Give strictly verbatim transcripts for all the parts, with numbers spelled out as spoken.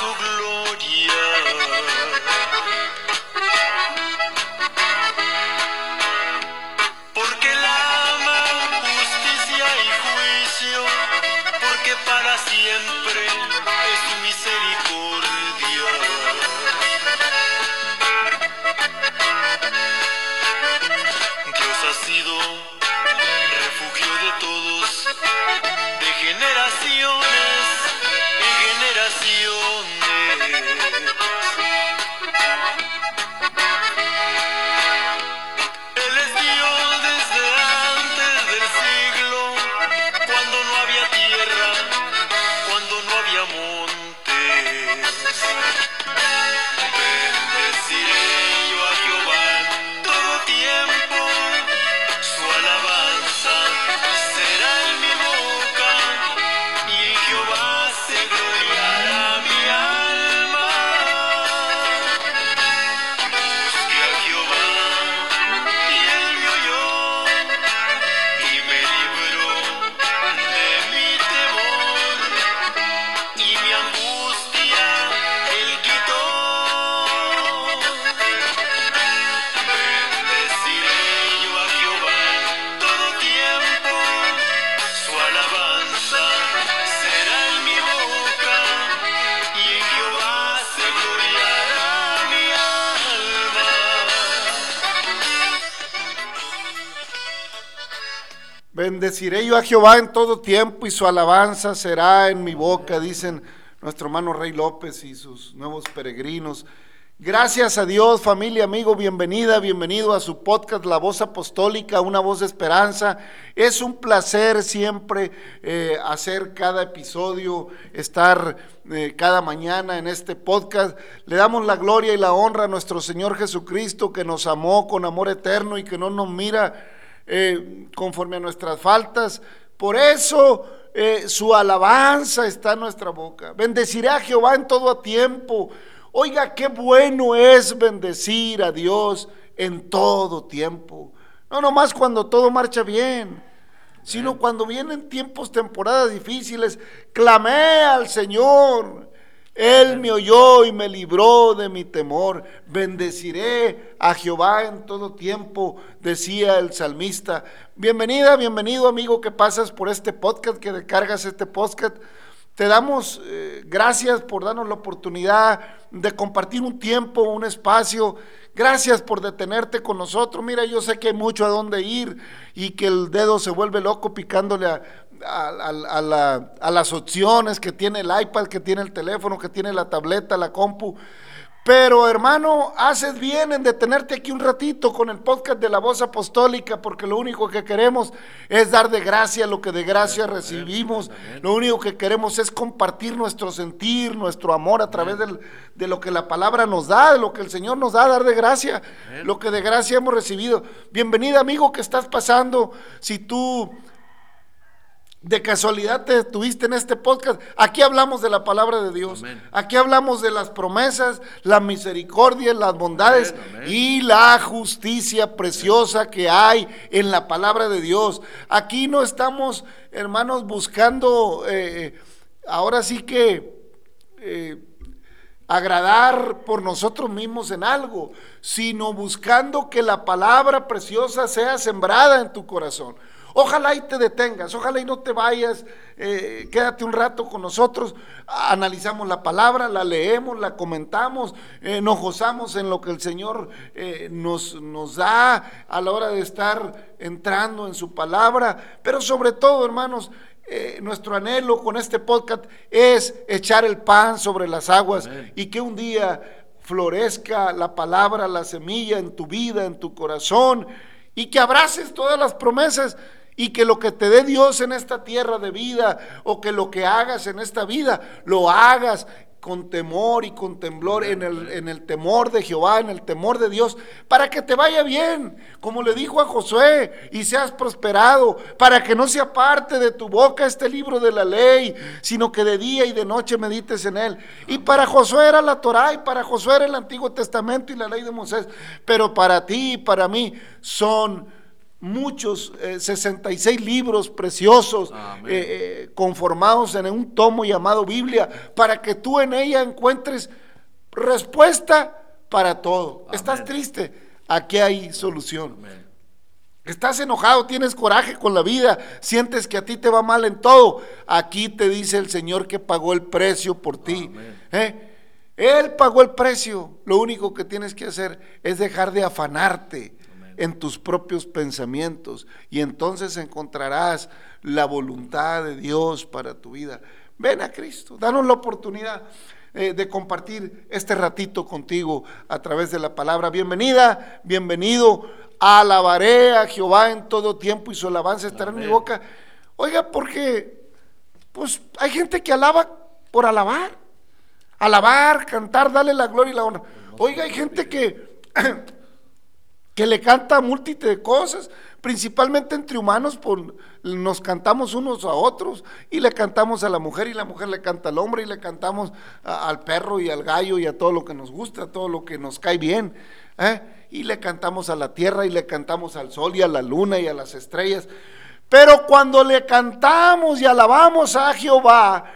su gloria. Porque Él ama justicia y juicio, porque para siempre es su misericordia. Dios ha sido refugio de todos, de generaciones en generaciones. Él es Dios desde antes del siglo, cuando no había tierra, cuando no había montes. Bendeciré yo a Jehová en todo tiempo, su alabanza será en mi boca, y en Jehová se gloriará mi alma. Busqué a Jehová y Él me oyó y me libró de mi temor, y mi angustia Él quitó. Bendeciré yo a Jehová en todo tiempo, su alabanza será en mi boca, y en Jehová se gloriará mi alma. Bendeciré yo a Jehová en todo tiempo y su alabanza será en mi boca, dicen nuestro hermano Rey López y sus nuevos peregrinos. Gracias a Dios, familia, amigo, bienvenida, bienvenido a su podcast La Voz Apostólica, una voz de esperanza. Es un placer siempre eh, hacer cada episodio, estar eh, cada mañana en este podcast. Le damos la gloria y la honra a nuestro Señor Jesucristo, que nos amó con amor eterno y que no nos mira eh, conforme a nuestras faltas. Por eso eh, su alabanza está en nuestra boca. Bendeciré a Jehová en todo tiempo. Oiga, qué bueno es bendecir a Dios en todo tiempo. No nomás cuando todo marcha bien, sino cuando vienen tiempos, temporadas difíciles. Clamé al Señor, Él me oyó y me libró de mi temor. Bendeciré a Jehová en todo tiempo, decía el salmista. Bienvenida, bienvenido, amigo, que pasas por este podcast, que descargas este podcast. Te damos eh, gracias por darnos la oportunidad de compartir un tiempo, un espacio. Gracias por detenerte con nosotros. Mira, yo sé que hay mucho a dónde ir y que el dedo se vuelve loco picándole a, a, a, a, la, a las opciones que tiene el iPad, que tiene el teléfono, que tiene la tableta, la compu. Pero hermano, haces bien en detenerte aquí un ratito con el podcast de La Voz Apostólica, porque lo único que queremos es dar de gracia lo que de gracia recibimos. Lo único que queremos es compartir nuestro sentir, nuestro amor a través del, de lo que la palabra nos da, de lo que el Señor nos da, dar de gracia, lo que de gracia hemos recibido. Bienvenida, amigo, que estás pasando. Si tú de casualidad te estuviste en este podcast, aquí hablamos de la palabra de Dios. Amén. Aquí hablamos de las promesas, la misericordia, las bondades, amén, amén, y la justicia preciosa, amén, que hay en la palabra de Dios. Aquí no estamos, hermanos, buscando eh, ahora sí que eh, agradar por nosotros mismos en algo, sino buscando que la palabra preciosa sea sembrada en tu corazón. Ojalá y te detengas, ojalá y no te vayas, eh, quédate un rato con nosotros, analizamos la palabra, la leemos, la comentamos, eh, nos gozamos en lo que el Señor eh, nos, nos da a la hora de estar entrando en su palabra. Pero sobre todo, hermanos, eh, nuestro anhelo con este podcast es echar el pan sobre las aguas. Amén. Y que un día florezca la palabra, la semilla en tu vida, en tu corazón, y que abraces todas las promesas. Y que lo que te dé Dios en esta tierra de vida, o que lo que hagas en esta vida, lo hagas con temor y con temblor, en el, en el temor de Jehová, en el temor de Dios, para que te vaya bien, como le dijo a Josué, y seas prosperado, para que no se aparte de tu boca este libro de la ley, sino que de día y de noche medites en él. Y para Josué era la Torá, y para Josué era el Antiguo Testamento y la ley de Moisés, pero para ti y para mí son muchos, eh, sesenta y seis libros preciosos, eh, eh, conformados en un tomo llamado Biblia, para que tú en ella encuentres respuesta para todo. Amén. ¿Estás triste? Aquí hay solución. Amén. ¿Estás enojado? ¿Tienes coraje con la vida? ¿Sientes que a ti te va mal en todo? Aquí te dice el Señor que pagó el precio por ti. ¿Eh? Él pagó el precio. Lo único que tienes que hacer es dejar de afanarte en tus propios pensamientos, y entonces encontrarás la voluntad de Dios para tu vida. Ven a Cristo, danos la oportunidad eh, de compartir este ratito contigo a través de la palabra. Bienvenida, bienvenido. Alabaré a Jehová en todo tiempo y su alabanza estará Amén. En mi boca. Oiga, porque pues hay gente que alaba por alabar, alabar, cantar, darle la gloria y la honra. Oiga, hay gente que que le canta múltitud de cosas, principalmente entre humanos, por, nos cantamos unos a otros, y le cantamos a la mujer, y la mujer le canta al hombre, y le cantamos a, al perro y al gallo, y a todo lo que nos gusta, a todo lo que nos cae bien, ¿eh? Y le cantamos a la tierra, y le cantamos al sol, y a la luna, y a las estrellas. Pero cuando le cantamos y alabamos a Jehová,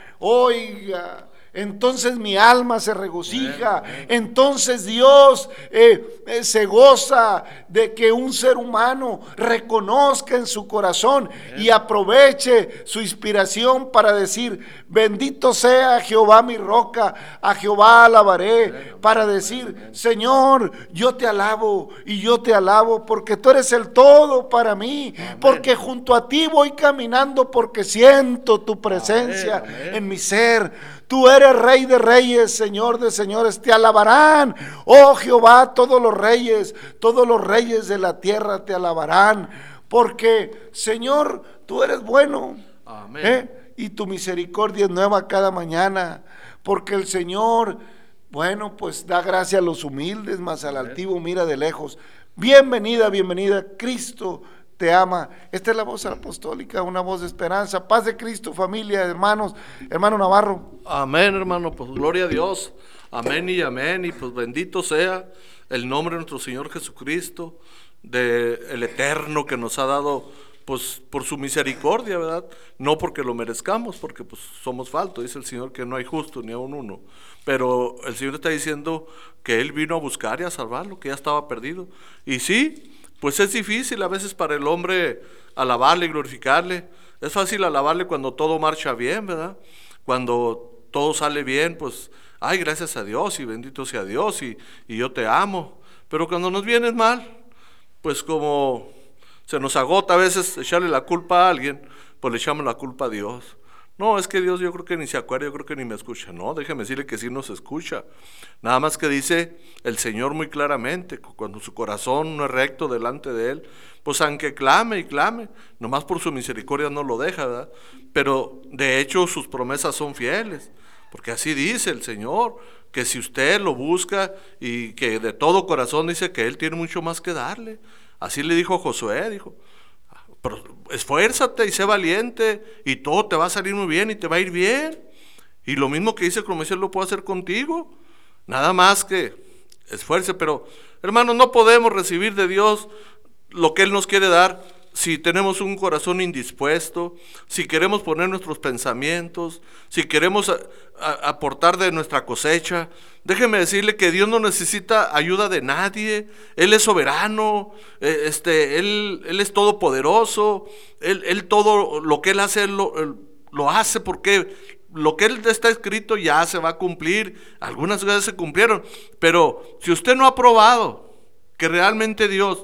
oiga, entonces mi alma se regocija, entonces Dios eh, eh, se goza de que un ser humano reconozca en su corazón y aproveche su inspiración para decir: bendito sea Jehová mi roca, a Jehová alabaré, para decir: Señor, yo te alabo y yo te alabo porque tú eres el todo para mí, porque junto a ti voy caminando, porque siento tu presencia en mi ser. Tú eres Rey de reyes, Señor de señores, te alabarán, oh Jehová, todos los reyes, todos los reyes de la tierra te alabarán, porque Señor, tú eres bueno, amén. ¿Eh? Y tu misericordia es nueva cada mañana, porque el Señor, bueno, pues da gracia a los humildes, mas al altivo mira de lejos. Bienvenida, bienvenida, Cristo te ama. Esta es la voz apostólica, una voz de esperanza. Paz de Cristo, familia, hermanos. Hermano Navarro. Amén, hermano, pues gloria a Dios. Amén y amén, y pues bendito sea el nombre de nuestro Señor Jesucristo, de el eterno, que nos ha dado pues por su misericordia, ¿verdad? No porque lo merezcamos, porque pues somos faltos. Dice el Señor que no hay justo ni aun uno, pero el Señor está diciendo que Él vino a buscar y a salvarlo, que ya estaba perdido. Y sí, pues es difícil a veces para el hombre alabarle y glorificarle. Es fácil alabarle cuando todo marcha bien, ¿verdad? Cuando todo sale bien, pues, ay, gracias a Dios y bendito sea Dios y, y yo te amo. Pero cuando nos viene mal, pues como se nos agota a veces echarle la culpa a alguien, pues le echamos la culpa a Dios. No, es que Dios yo creo que ni se acuerda, yo creo que ni me escucha. No, déjeme decirle que sí nos escucha. Nada más que dice el Señor muy claramente, cuando su corazón no es recto delante de Él, pues aunque clame y clame, nomás por su misericordia no lo deja, ¿verdad? Pero de hecho sus promesas son fieles, porque así dice el Señor, que si usted lo busca y que de todo corazón dice que Él tiene mucho más que darle. Así le dijo Josué, dijo: pero esfuérzate y sé valiente y todo te va a salir muy bien y te va a ir bien. Y lo mismo que dice, como dice, lo puedo hacer contigo. Nada más que esfuerce. Pero hermanos, no podemos recibir de Dios lo que Él nos quiere dar si tenemos un corazón indispuesto, si queremos poner nuestros pensamientos, si queremos a, a, aportar de nuestra cosecha. Déjeme decirle que Dios no necesita ayuda de nadie. Él es soberano, eh, este, él, él es todopoderoso, él, él todo lo que Él hace, él lo, él lo hace porque lo que Él está escrito ya se va a cumplir. Algunas veces se cumplieron, pero si usted no ha probado que realmente Dios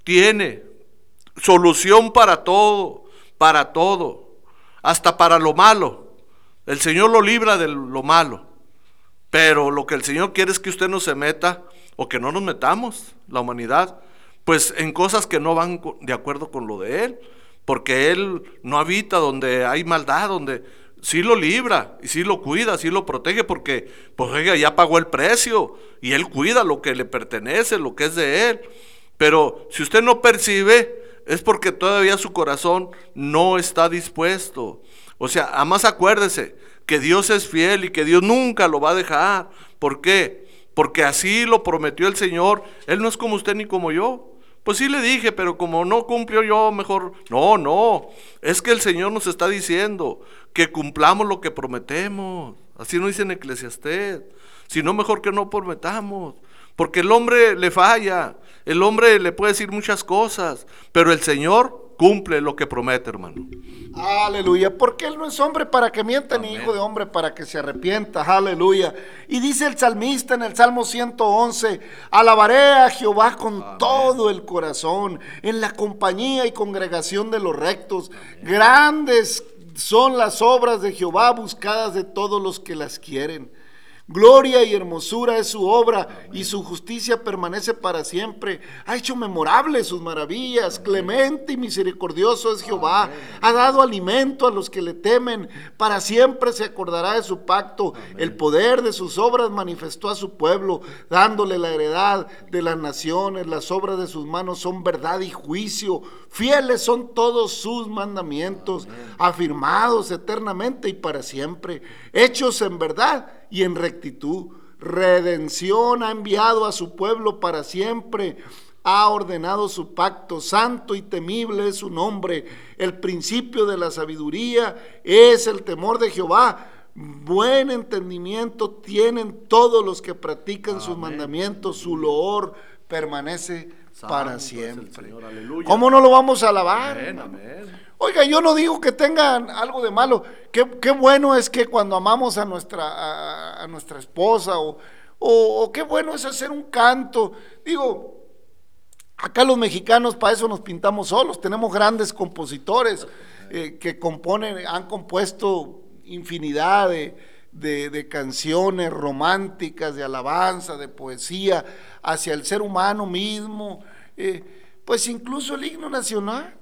tiene solución para todo, para todo, hasta para lo malo. El Señor lo libra de lo malo, pero lo que el Señor quiere es que usted no se meta, o que no nos metamos, la humanidad, pues en cosas que no van de acuerdo con lo de Él, porque Él no habita donde hay maldad, donde sí lo libra, y sí lo cuida, sí lo protege, porque pues oiga, ya pagó el precio, y Él cuida lo que le pertenece, lo que es de Él. Pero si usted no percibe, es porque todavía su corazón no está dispuesto. O sea, además acuérdese que Dios es fiel y que Dios nunca lo va a dejar. ¿Por qué? Porque así lo prometió el Señor. Él no es como usted ni como yo. Pues sí le dije, pero como no cumplió yo, mejor... No, no, es que el Señor nos está diciendo que cumplamos lo que prometemos. Así no dice en Eclesiastés. Si no, mejor que no prometamos. Porque el hombre le falla, el hombre le puede decir muchas cosas, pero el Señor cumple lo que promete, hermano. Aleluya, porque Él no es hombre para que mienta, ni hijo de hombre para que se arrepienta. Aleluya. Y dice el salmista en el Salmo ciento once, alabaré a Jehová con Amén. Todo el corazón, en la compañía y congregación de los rectos. Amén. Grandes son las obras de Jehová, buscadas de todos los que las quieren. Gloria y hermosura es su obra, Amén. Y su justicia permanece para siempre. Ha hecho memorables sus maravillas. Amén. Clemente y misericordioso es Jehová. Amén. Ha dado alimento a los que le temen. Para siempre se acordará de su pacto. Amén. El poder de sus obras manifestó a su pueblo, dándole la heredad de las naciones. Las obras de sus manos son verdad y juicio. Fieles son todos sus mandamientos, Amén. Afirmados eternamente y para siempre, hechos en verdad y en rectitud. Redención ha enviado a su pueblo para siempre, ha ordenado su pacto, santo y temible es su nombre. El principio de la sabiduría es el temor de Jehová. Buen entendimiento tienen todos los que practican Amén. Sus mandamientos, su loor permanece Santo para siempre. ¿Cómo no lo vamos a alabar? Amén, amén. Oiga, yo no digo que tengan algo de malo. Qué, qué bueno es que cuando amamos a nuestra, a, a nuestra esposa, o, o, o qué bueno es hacer un canto. Digo, acá los mexicanos para eso nos pintamos solos. Tenemos grandes compositores eh, que componen, han compuesto infinidad de, de, de canciones románticas, de alabanza, de poesía hacia el ser humano mismo. Eh, pues incluso el himno nacional.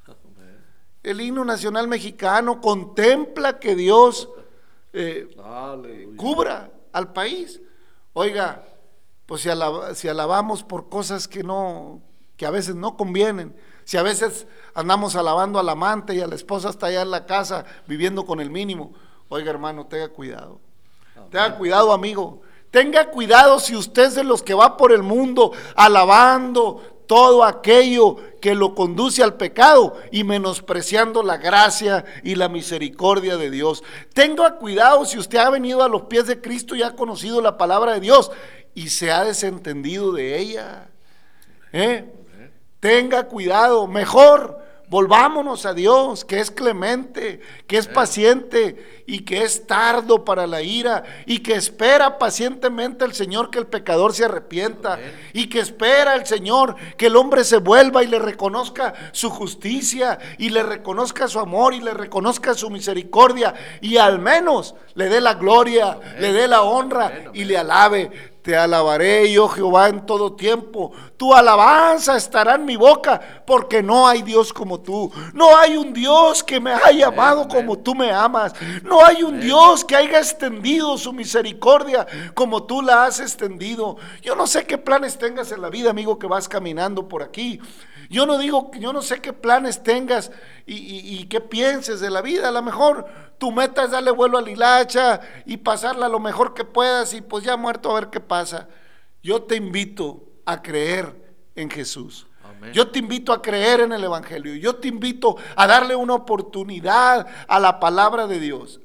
El himno nacional mexicano contempla que Dios eh, cubra al país. Oiga, pues si, alab si alabamos por cosas que no, que a veces no convienen, si a veces andamos alabando al amante y a la esposa está allá en la casa viviendo con el mínimo, oiga hermano, tenga cuidado, Amén. Tenga cuidado amigo, tenga cuidado si usted es de los que va por el mundo alabando todo aquello que lo conduce al pecado y menospreciando la gracia y la misericordia de Dios. Tenga cuidado si usted ha venido a los pies de Cristo y ha conocido la palabra de Dios y se ha desentendido de ella. ¿Eh? Tenga cuidado, mejor volvámonos a Dios, que es clemente, que es paciente y que es tardo para la ira y que espera pacientemente el Señor que el pecador se arrepienta y que espera el Señor que el hombre se vuelva y le reconozca su justicia y le reconozca su amor y le reconozca su misericordia y al menos le dé la gloria, Amén. Le dé la honra Amén. Y le alabe. Te alabaré yo Jehová en todo tiempo, tu alabanza estará en mi boca, porque no hay Dios como tú, no hay un Dios que me haya amado Amén. Como tú me amas, no hay un Amén. Dios que haya extendido su misericordia como tú la has extendido. Yo no sé qué planes tengas en la vida, amigo, que vas caminando por aquí. Yo no digo, yo no sé qué planes tengas y, y, y qué pienses de la vida. A lo mejor tu meta es darle vuelo a la hilacha y pasarla lo mejor que puedas y pues ya muerto a ver qué pasa. Yo te invito a creer en Jesús. Amén. Yo te invito a creer en el Evangelio. Yo te invito a darle una oportunidad a la palabra de Dios.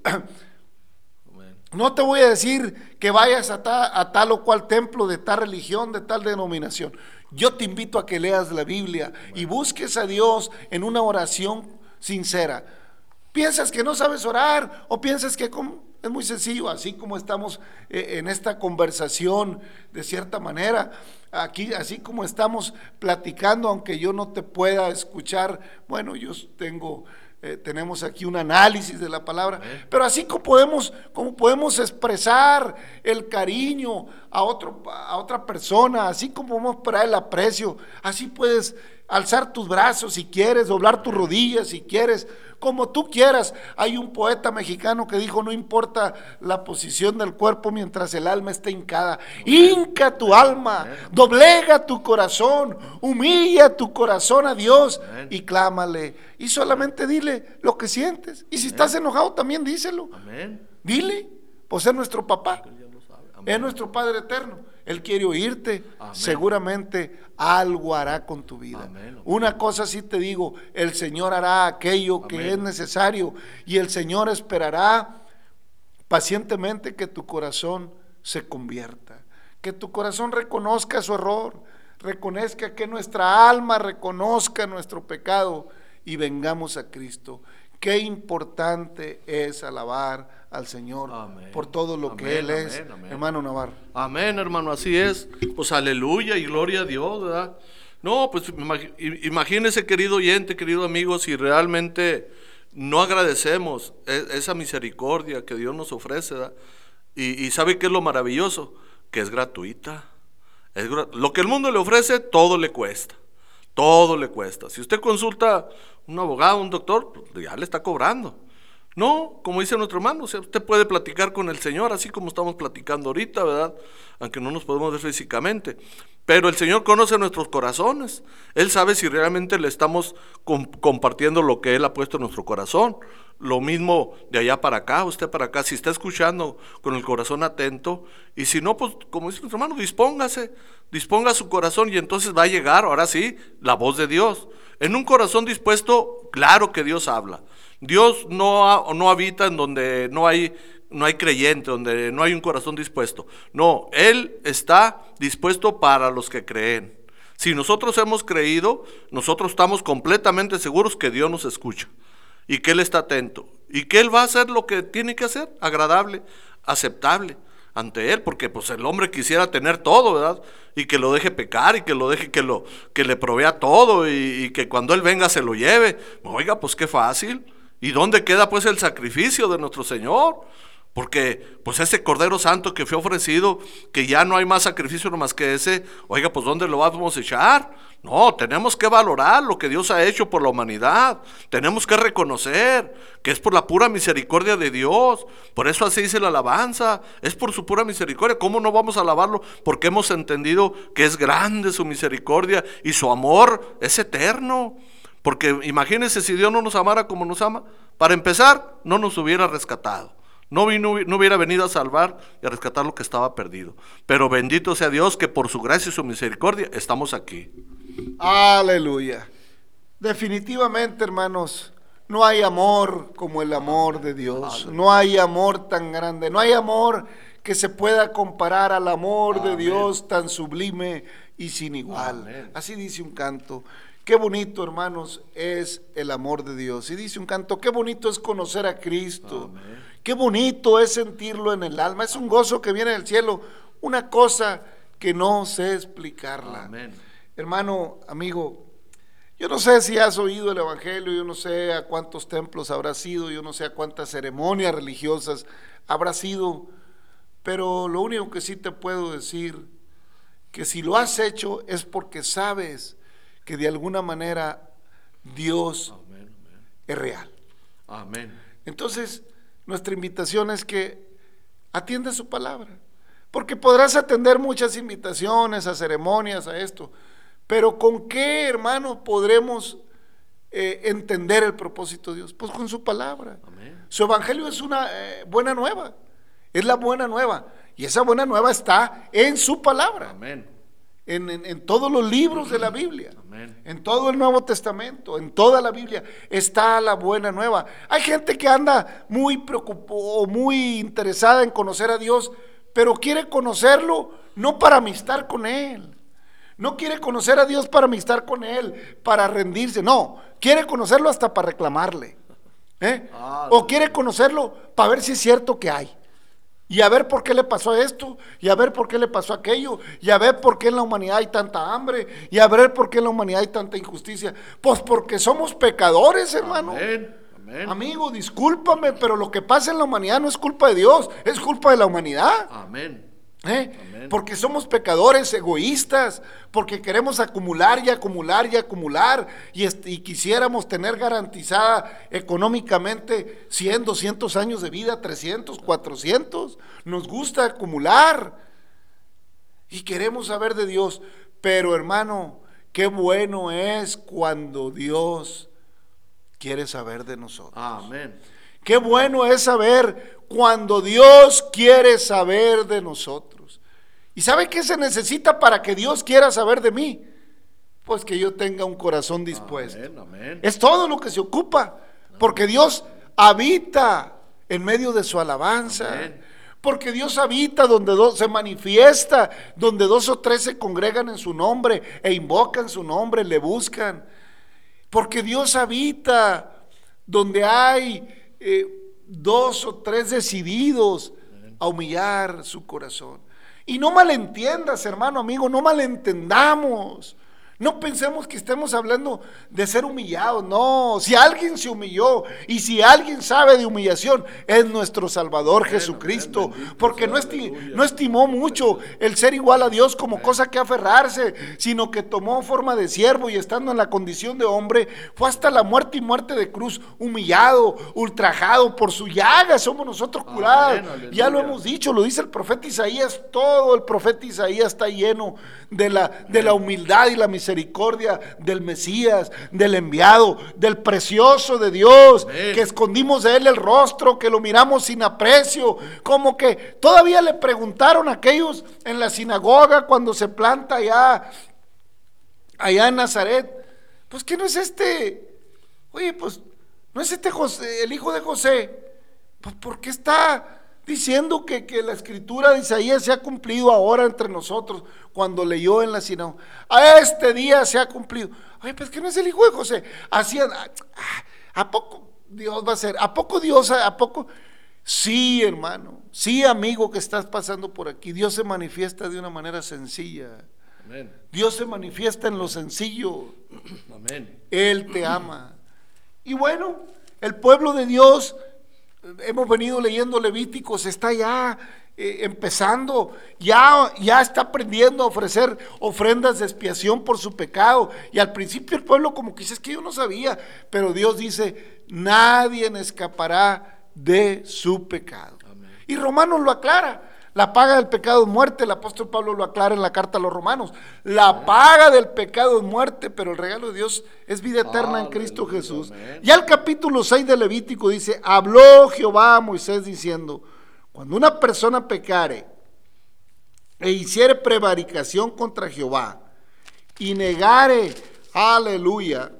Amén. No te voy a decir que vayas a, ta, a tal o cual templo de tal religión, de tal denominación. Yo te invito a que leas la Biblia Amén. Y busques a Dios en una oración sincera. ¿Piensas que no sabes orar? ¿O piensas que es muy sencillo? Así como estamos eh, en esta conversación, de cierta manera, aquí, así como estamos platicando, aunque yo no te pueda escuchar, bueno, yo tengo, eh, tenemos aquí un análisis de la palabra, Amén. Pero así como podemos, como podemos expresar el cariño a, otro, a otra persona, así como podemos esperar el aprecio, así puedes alzar tus brazos si quieres, doblar tus rodillas si quieres, como tú quieras. Hay un poeta mexicano que dijo: no importa la posición del cuerpo mientras el alma esté hincada. Hinca tu alma, doblega tu corazón, humilla tu corazón a Dios y clámale. Y solamente dile lo que sientes. Y si estás enojado también díselo. Dile, pues es nuestro papá, es nuestro Padre eterno. Él quiere oírte. Amén. Seguramente algo hará con tu vida. Amén, amén. Una cosa sí te digo, el Señor hará aquello que Amén. es necesario y el Señor esperará pacientemente que tu corazón se convierta, que tu corazón reconozca su error, reconozca que nuestra alma reconozca nuestro pecado y vengamos a Cristo. Qué importante es alabar al Señor Amén. por todo lo que Amén, Él es, amén, amén. hermano Navarro. Amén, hermano, así es. Pues aleluya y gloria a Dios, ¿verdad? No, pues imag- imagínese, querido oyente, querido amigo, si realmente no agradecemos e- esa misericordia que Dios nos ofrece, ¿verdad? Y, y ¿sabe qué es lo maravilloso? Que es gratuita. Es gra- lo que el mundo le ofrece, todo le cuesta. Todo le cuesta. Si usted consulta a un abogado, un doctor, pues ya le está cobrando. No, como dice nuestro hermano, o sea, usted puede platicar con el Señor, así como estamos platicando ahorita, ¿verdad? Aunque no nos podemos ver físicamente. Pero el Señor conoce nuestros corazones. Él sabe si realmente le estamos com- compartiendo lo que Él ha puesto en nuestro corazón. Lo mismo de allá para acá, usted para acá, si está escuchando con el corazón atento, y si no, pues como dice nuestro hermano, dispóngase, disponga su corazón y entonces va a llegar, ahora sí, la voz de Dios. En un corazón dispuesto, claro que Dios habla. Dios no, ha- no habita en donde no hay, no hay creyente, donde no hay un corazón dispuesto. No, Él está dispuesto para los que creen. Si nosotros hemos creído, nosotros estamos completamente seguros que Dios nos escucha y que Él está atento y que Él va a hacer lo que tiene que hacer, agradable, aceptable ante Él, porque pues el hombre quisiera tener todo, ¿verdad? Y que lo deje pecar y que lo deje, que lo que le provea todo y, y que cuando Él venga se lo lleve. Oiga, pues qué fácil. ¿Y dónde queda pues el sacrificio de nuestro Señor? Porque pues ese Cordero Santo que fue ofrecido, que ya no hay más sacrificio más que ese, oiga, pues ¿dónde lo vamos a echar? No, tenemos que valorar lo que Dios ha hecho por la humanidad. Tenemos que reconocer que es por la pura misericordia de Dios. Por eso así dice la alabanza, es por su pura misericordia. ¿Cómo no vamos a alabarlo? Porque hemos entendido que es grande su misericordia y su amor es eterno. Porque imagínense si Dios no nos amara como nos ama. Para empezar, no nos hubiera rescatado. No, vino, no hubiera venido a salvar y a rescatar lo que estaba perdido. Pero bendito sea Dios que por su gracia y su misericordia estamos aquí. Aleluya. Definitivamente, hermanos, no hay amor como el amor de Dios. No hay amor tan grande. No hay amor que se pueda comparar al amor Amén. de Dios tan sublime y sin igual. Amén. Así dice un canto. Qué bonito, hermanos, es el amor de Dios. Y dice un canto, qué bonito es conocer a Cristo. Amén. Qué bonito es sentirlo en el alma. Es un gozo que viene del cielo. Una cosa que no sé explicarla. Amén. Hermano, amigo, yo no sé si has oído el Evangelio, yo no sé a cuántos templos habrás ido, yo no sé a cuántas ceremonias religiosas habrás ido, pero lo único que sí te puedo decir, que si lo has hecho es porque sabes que de alguna manera Dios Amén, amén. es real. Amén. Entonces, nuestra invitación es que atienda su palabra, porque podrás atender muchas invitaciones a ceremonias, a esto, pero ¿con qué, hermano, podremos eh, entender el propósito de Dios? Pues con su palabra. Amén. Su evangelio es una eh, buena nueva, es la buena nueva, y esa buena nueva está en su palabra. Amén. En, en, en todos los libros de la Biblia, Amén. en todo el Nuevo Testamento, en toda la Biblia está la buena nueva. Hay gente que anda muy preocupada, muy interesada en conocer a Dios, pero quiere conocerlo no para amistad con Él, no quiere conocer a Dios para amistad con Él, para rendirse, no, quiere conocerlo hasta para reclamarle, ¿eh? Ah, o quiere conocerlo para ver si es cierto que hay. Y a ver por qué le pasó esto, y a ver por qué le pasó aquello, y a ver por qué en la humanidad hay tanta hambre, y a ver por qué en la humanidad hay tanta injusticia. Pues porque somos pecadores, hermano. Amén. Amén. Amigo, discúlpame, pero lo que pasa en la humanidad no es culpa de Dios, es culpa de la humanidad. Amén. ¿Eh? Amén. Porque somos pecadores, egoístas, porque queremos acumular y acumular y acumular y, est- y quisiéramos tener garantizada económicamente cien, doscientos años de vida, trescientos, cuatrocientos. Nos gusta acumular y queremos saber de Dios, pero hermano, qué bueno es cuando Dios quiere saber de nosotros. Amén. Qué bueno es saber cuando Dios quiere saber de nosotros. ¿Y sabe qué se necesita para que Dios quiera saber de mí? Pues que yo tenga un corazón dispuesto. Amén, amén. Es todo lo que se ocupa, porque Dios habita en medio de su alabanza. Amén. Porque Dios habita donde dos se manifiesta, donde dos o tres se congregan en su nombre e invocan su nombre, le buscan. Porque Dios habita donde hay eh, dos o tres decididos a humillar su corazón. Y no malentiendas, hermano, amigo, no malentendamos. No pensemos que estemos hablando de ser humillados, no. Si alguien se humilló y si alguien sabe de humillación, es nuestro Salvador Amén, Jesucristo, amén, bendito porque sea, no, esti aleluya. no estimó mucho el ser igual a Dios como cosa que aferrarse, sino que tomó forma de siervo y estando en la condición de hombre, fue hasta la muerte y muerte de cruz, humillado, ultrajado, por su llaga somos nosotros curados. Amén, aleluya. Ya lo hemos dicho, lo dice el profeta Isaías, todo el profeta Isaías está lleno de la, de la humildad y la misericordia del Mesías, del enviado, del precioso de Dios, Amén. que escondimos de él el rostro, que lo miramos sin aprecio, como que todavía le preguntaron a aquellos en la sinagoga cuando se planta allá, allá en Nazaret, pues que no es este, oye, pues no es este José, el hijo de José, pues ¿por qué está diciendo que, que la escritura de Isaías se ha cumplido ahora entre nosotros, cuando leyó en la sinagoga? A este día se ha cumplido. Oye, pues que no es el hijo de José. Hacían, ¿a poco Dios va a ser? ¿A poco Dios? ¿A poco? Sí, hermano, sí, amigo que estás pasando por aquí, Dios se manifiesta de una manera sencilla. Amén. Dios se manifiesta en lo sencillo. Amén. Él te ama. Y bueno, el pueblo de Dios, hemos venido leyendo Levíticos, está ya eh, empezando, ya, ya está aprendiendo a ofrecer ofrendas de expiación por su pecado. Y al principio el pueblo como que dice, es que yo no sabía, pero Dios dice, nadie escapará de su pecado. Amén. Y Romanos lo aclara. La paga del pecado es muerte, el apóstol Pablo lo aclara en la carta a los romanos. La paga del pecado es muerte, pero el regalo de Dios es vida eterna en Cristo Aleluya, Jesús. amén. Ya el capítulo seis de Levítico dice, habló Jehová a Moisés diciendo, cuando una persona pecare e hiciere prevaricación contra Jehová y negare, aleluya,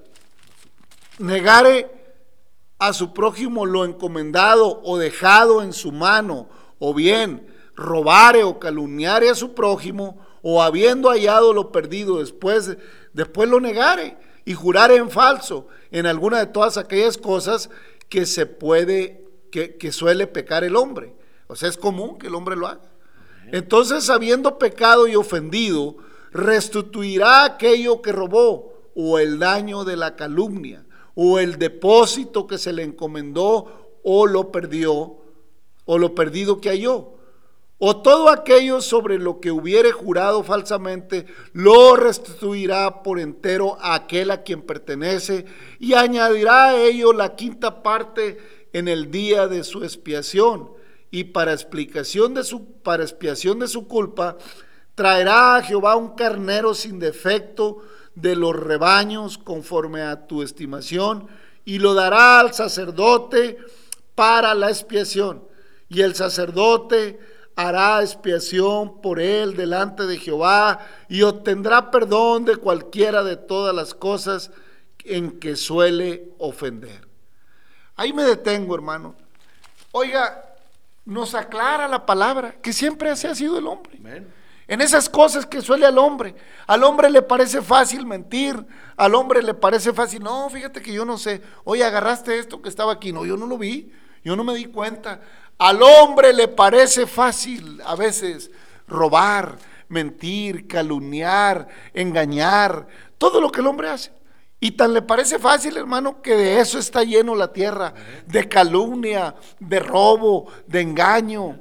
negare a su prójimo lo encomendado o dejado en su mano, o bien robare o calumniare a su prójimo, o habiendo hallado lo perdido, después, después lo negare y jurare en falso en alguna de todas aquellas cosas que se puede, que, que suele pecar el hombre. O sea, es común que el hombre lo haga. Entonces, habiendo pecado y ofendido, restituirá aquello que robó, o el daño de la calumnia, o el depósito que se le encomendó, o lo perdió, o lo perdido que halló. O todo aquello sobre lo que hubiere jurado falsamente, lo restituirá por entero a aquel a quien pertenece, y añadirá a ello la quinta parte en el día de su expiación. Y para explicación de su, para expiación de su culpa, traerá a Jehová un carnero sin defecto de los rebaños, conforme a tu estimación, y lo dará al sacerdote para la expiación. Y el sacerdote hará expiación por él delante de Jehová y obtendrá perdón de cualquiera de todas las cosas en que suele ofender. Ahí me detengo, hermano. Oiga, nos aclara la palabra que siempre así ha sido el hombre. Amén. En esas cosas que suele al hombre. Al hombre le parece fácil mentir, al hombre le parece fácil, no, fíjate que yo no sé, oye, agarraste esto que estaba aquí, no, yo no lo vi, yo no me di cuenta. Al hombre le parece fácil a veces robar, mentir, calumniar, engañar, todo lo que el hombre hace. Y tan le parece fácil, hermano, que de eso está lleno la tierra, de calumnia, de robo, de engaño,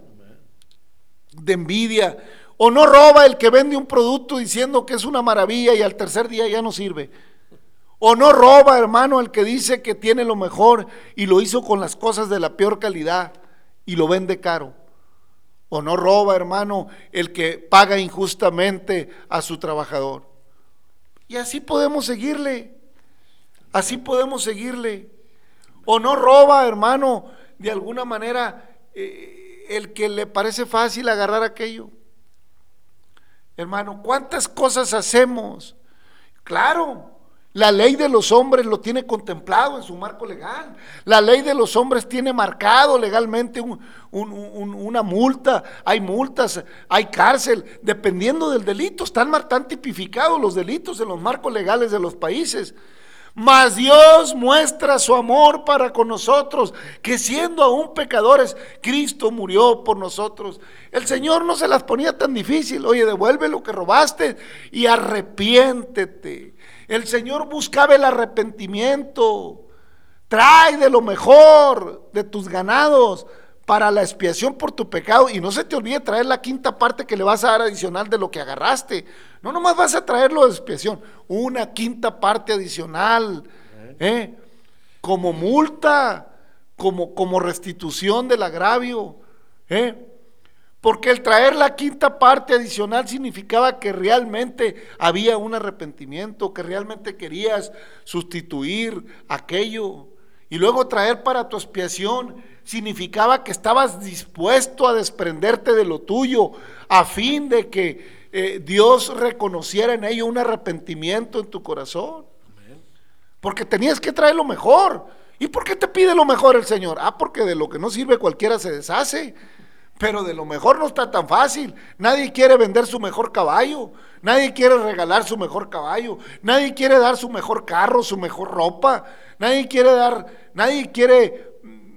de envidia. O no roba el que vende un producto diciendo que es una maravilla y al tercer día ya no sirve. O no roba, hermano, el que dice que tiene lo mejor y lo hizo con las cosas de la peor calidad y lo vende caro. O no roba, hermano, el que paga injustamente a su trabajador. Y así podemos seguirle, así podemos seguirle. O no roba, hermano, de alguna manera eh, el que le parece fácil agarrar aquello. Hermano, ¿cuántas cosas hacemos? Claro, la ley de los hombres lo tiene contemplado en su marco legal. La ley de los hombres tiene marcado legalmente un, un, un, una multa. Hay multas, hay cárcel, dependiendo del delito. Están, están tipificados los delitos en los marcos legales de los países. Mas Dios muestra su amor para con nosotros, que siendo aún pecadores, Cristo murió por nosotros. El Señor no se las ponía tan difícil. Oye, devuelve lo que robaste y arrepiéntete. El Señor buscaba el arrepentimiento. Trae de lo mejor de tus ganados para la expiación por tu pecado, y no se te olvide traer la quinta parte que le vas a dar adicional de lo que agarraste. No nomás vas a traerlo de expiación, una quinta parte adicional, ¿eh? Como multa, como, como restitución del agravio, ¿eh? Porque el traer la quinta parte adicional significaba que realmente había un arrepentimiento, que realmente querías sustituir aquello. Y luego traer para tu expiación significaba que estabas dispuesto a desprenderte de lo tuyo, a fin de que eh, Dios reconociera en ello un arrepentimiento en tu corazón. Amén. Porque tenías que traer lo mejor. ¿Y por qué te pide lo mejor el Señor? Ah, porque de lo que no sirve cualquiera se deshace. Pero de lo mejor no está tan fácil. Nadie quiere vender su mejor caballo, nadie quiere regalar su mejor caballo, nadie quiere dar su mejor carro, su mejor ropa, nadie quiere dar, nadie quiere,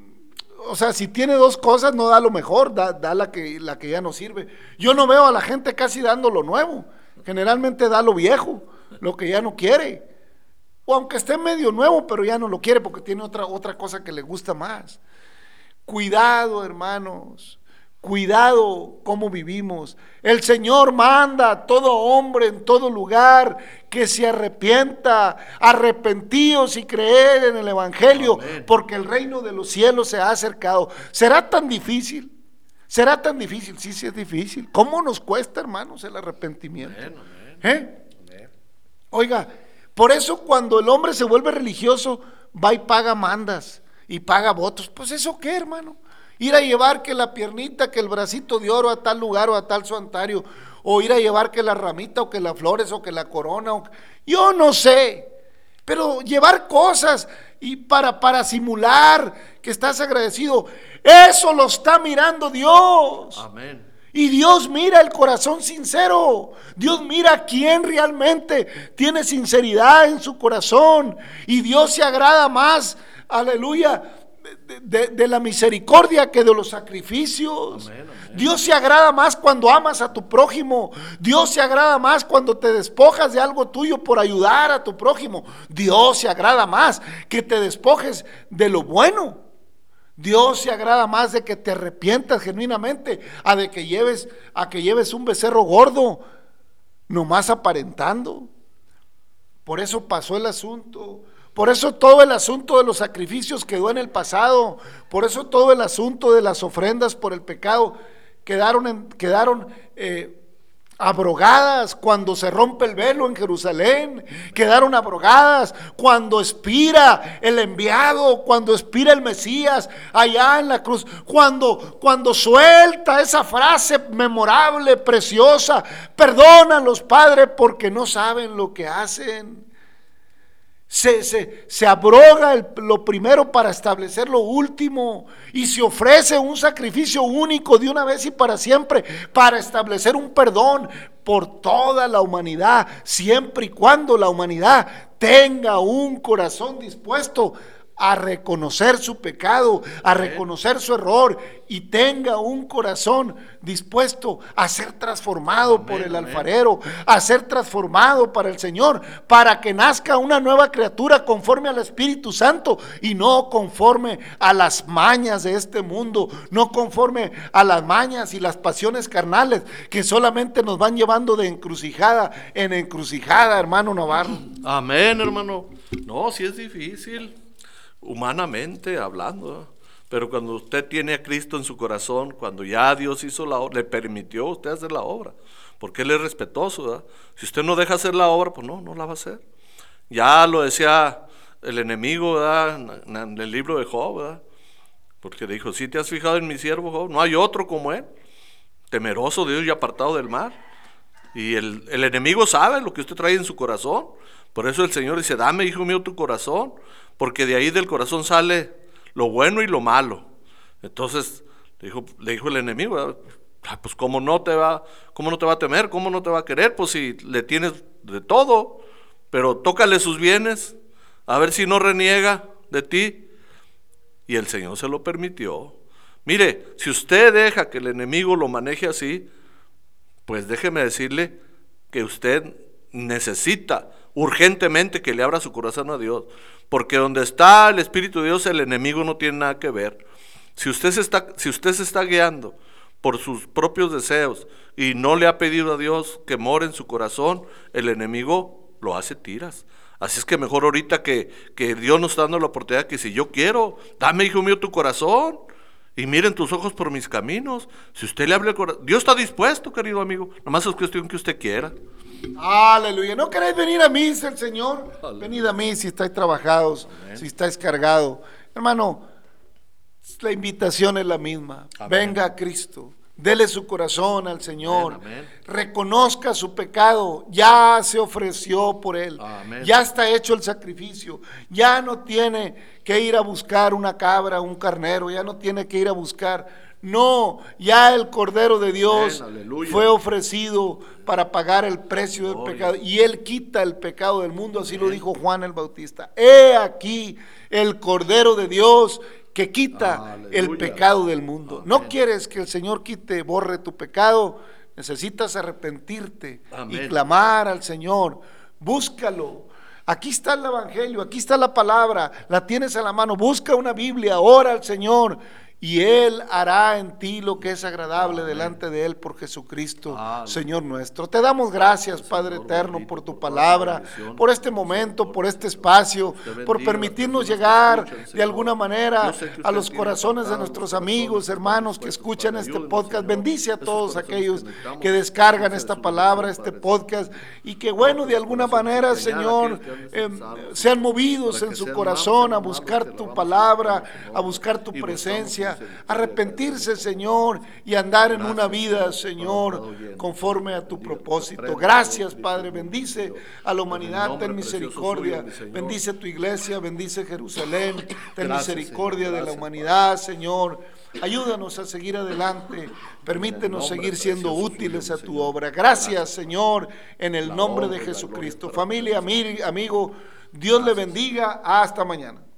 o sea, si tiene dos cosas no da lo mejor, da, da la, que, la que ya no sirve. Yo no veo a la gente casi dando lo nuevo, generalmente da lo viejo, lo que ya no quiere, o aunque esté medio nuevo, pero ya no lo quiere porque tiene otra, otra cosa que le gusta más. Cuidado, hermanos. Cuidado cómo vivimos. El Señor manda a todo hombre en todo lugar que se arrepienta, arrepentíos y creer en el Evangelio. Amén. Porque el reino de los cielos se ha acercado. ¿Será tan difícil? ¿Será tan difícil? Sí, sí es difícil. ¿Cómo nos cuesta, hermanos, el arrepentimiento? Amén, amén. ¿Eh? Amén. Oiga, por eso cuando el hombre se vuelve religioso, va y paga mandas y paga votos. Pues ¿eso qué, hermano? Ir a llevar que la piernita, que el bracito de oro a tal lugar o a tal santuario, o ir a llevar que la ramita o que las flores o que la corona, o... yo no sé, pero llevar cosas y para, para simular que estás agradecido, eso lo está mirando Dios. Amén. Y Dios mira el corazón sincero. Dios mira quién realmente tiene sinceridad en su corazón, y Dios se agrada más, aleluya, De, de, de la misericordia que de los sacrificios. Amén, amén. Dios se agrada más cuando amas a tu prójimo. Dios se agrada más cuando te despojas de algo tuyo por ayudar a tu prójimo. Dios se agrada más que te despojes de lo bueno. Dios se agrada más de que te arrepientas genuinamente a de que lleves a que lleves un becerro gordo nomás aparentando. Por eso pasó el asunto. Por eso todo el asunto de los sacrificios quedó en el pasado. Por eso todo el asunto de las ofrendas por el pecado quedaron, en, quedaron eh, abrogadas cuando se rompe el velo en Jerusalén. Quedaron abrogadas cuando expira el enviado, cuando expira el Mesías allá en la cruz. Cuando, cuando suelta esa frase memorable, preciosa: perdónalos, Padre, porque no saben lo que hacen. Se, se, se abroga el, lo primero para establecer lo último, y se ofrece un sacrificio único de una vez y para siempre para establecer un perdón por toda la humanidad, siempre y cuando la humanidad tenga un corazón dispuesto a reconocer su pecado, a reconocer su error, y tenga un corazón dispuesto a ser transformado amén, por el amén. alfarero, a ser transformado para el Señor, para que nazca una nueva criatura conforme al Espíritu Santo y no conforme a las mañas de este mundo, no conforme a las mañas y las pasiones carnales que solamente nos van llevando de encrucijada en encrucijada, hermano Navarro. Amén, hermano. No, sí es difícil, humanamente hablando, pero cuando usted tiene a Cristo en su corazón, cuando ya Dios hizo la obra, le permitió a usted hacer la obra, porque Él es respetuoso, ¿verdad? Si usted no deja hacer la obra, pues no, no la va a hacer. Ya lo decía el enemigo, ¿verdad? En el libro de Job, ¿verdad? Porque dijo: si te has fijado en mi siervo Job, no hay otro como él, temeroso de Dios y apartado del mal. Y el, el enemigo sabe lo que usted trae en su corazón. Por eso el Señor dice, dame, hijo mío, tu corazón, porque de ahí del corazón sale lo bueno y lo malo. Entonces le dijo, le dijo el enemigo, ah, pues cómo no te va, cómo no te va a temer, cómo no te va a querer, pues si le tienes de todo, pero tócale sus bienes, a ver si no reniega de ti. Y el Señor se lo permitió. Mire, si usted deja que el enemigo lo maneje así, pues déjeme decirle que usted necesita urgentemente que le abra su corazón a Dios, porque donde está el Espíritu de Dios, el enemigo no tiene nada que ver. Si usted se está, si usted se está guiando por sus propios deseos y no le ha pedido a Dios que more en su corazón, el enemigo lo hace tiras. Así es que mejor ahorita que, que Dios nos está dando la oportunidad, que si yo quiero, dame, hijo mío, tu corazón, y miren tus ojos por mis caminos. Si usted le habla el corazón, Dios está dispuesto, querido amigo, nomás es cuestión que usted quiera. Aleluya. ¿No queréis venir a mí, dice el Señor? Aleluya. Venid a mí si estáis trabajados, Amén. si estáis cargados. Hermano, la invitación es la misma. Amén. Venga a Cristo. Dele su corazón al Señor. Amén, amén. Reconozca su pecado. Ya se ofreció por él. Amén. Ya está hecho el sacrificio. Ya no tiene que ir a buscar una cabra, un carnero. Ya no tiene que ir a buscar. No, ya el Cordero de Dios Amén, aleluya. fue ofrecido para pagar el precio del Gloria. pecado. Y él quita el pecado del mundo. Así lo dijo Juan el Bautista. He aquí el Cordero de Dios que quita Aleluya. el pecado del mundo. Amén. No quieres que el Señor quite, borre tu pecado, necesitas arrepentirte Amén. y clamar al Señor. Búscalo. Aquí está el Evangelio, aquí está la palabra, la tienes a la mano. Busca una Biblia, ora al Señor y Él hará en ti lo que es agradable Amén. delante de Él por Jesucristo, Aleluya. Señor nuestro. Te damos gracias, Padre Señor eterno, bendito, por tu por toda palabra, tu bendición, por este por tu momento, Señor, por este Dios. espacio, Te bendiga por a las permitirnos personas que llegar escuchan, de Señor. alguna manera Yo sé que a usted los tiene corazones de apartados nuestros los amigos, corazones hermanos que dispuestos escuchan para este ayúdenos, podcast. Señor. Bendice a Esos todos corazones aquellos que necesitamos, que descargan bendice esta su palabra, bendición, este Padre podcast, Santo. y que bueno, de alguna Corazón manera, que señala Señor, aquellos que han eh, necesitado, sean Señor, movidos para en que su sean corazón amados, a sean buscar amados, tu te palabra, alabamos, Señor, a buscar tu y buscamos presencia, misericordia, arrepentirse, Señor, y andar en una Gracias, vida, Señor, Señor, para estar oyendo. conforme a tu Bendiga tu propósito. ofrenda, Gracias, Señor, Padre, Cristo, bendice Dios. a la En el humanidad, nombre ten precioso misericordia, suyo, mi Señor. bendice tu iglesia, bendice Jerusalén, ten Gracias, misericordia Señor, de la gracias, humanidad, Señor. Ayúdanos a seguir adelante, permítenos nombre seguir siendo precioso útiles suyo, a mi tu Señor. obra. Gracias, Gracias, Señor, en el La nombre de honra y la Jesucristo. gloria para Familia, ti, Señor. ami- amigo, Dios le bendiga. Hasta mañana.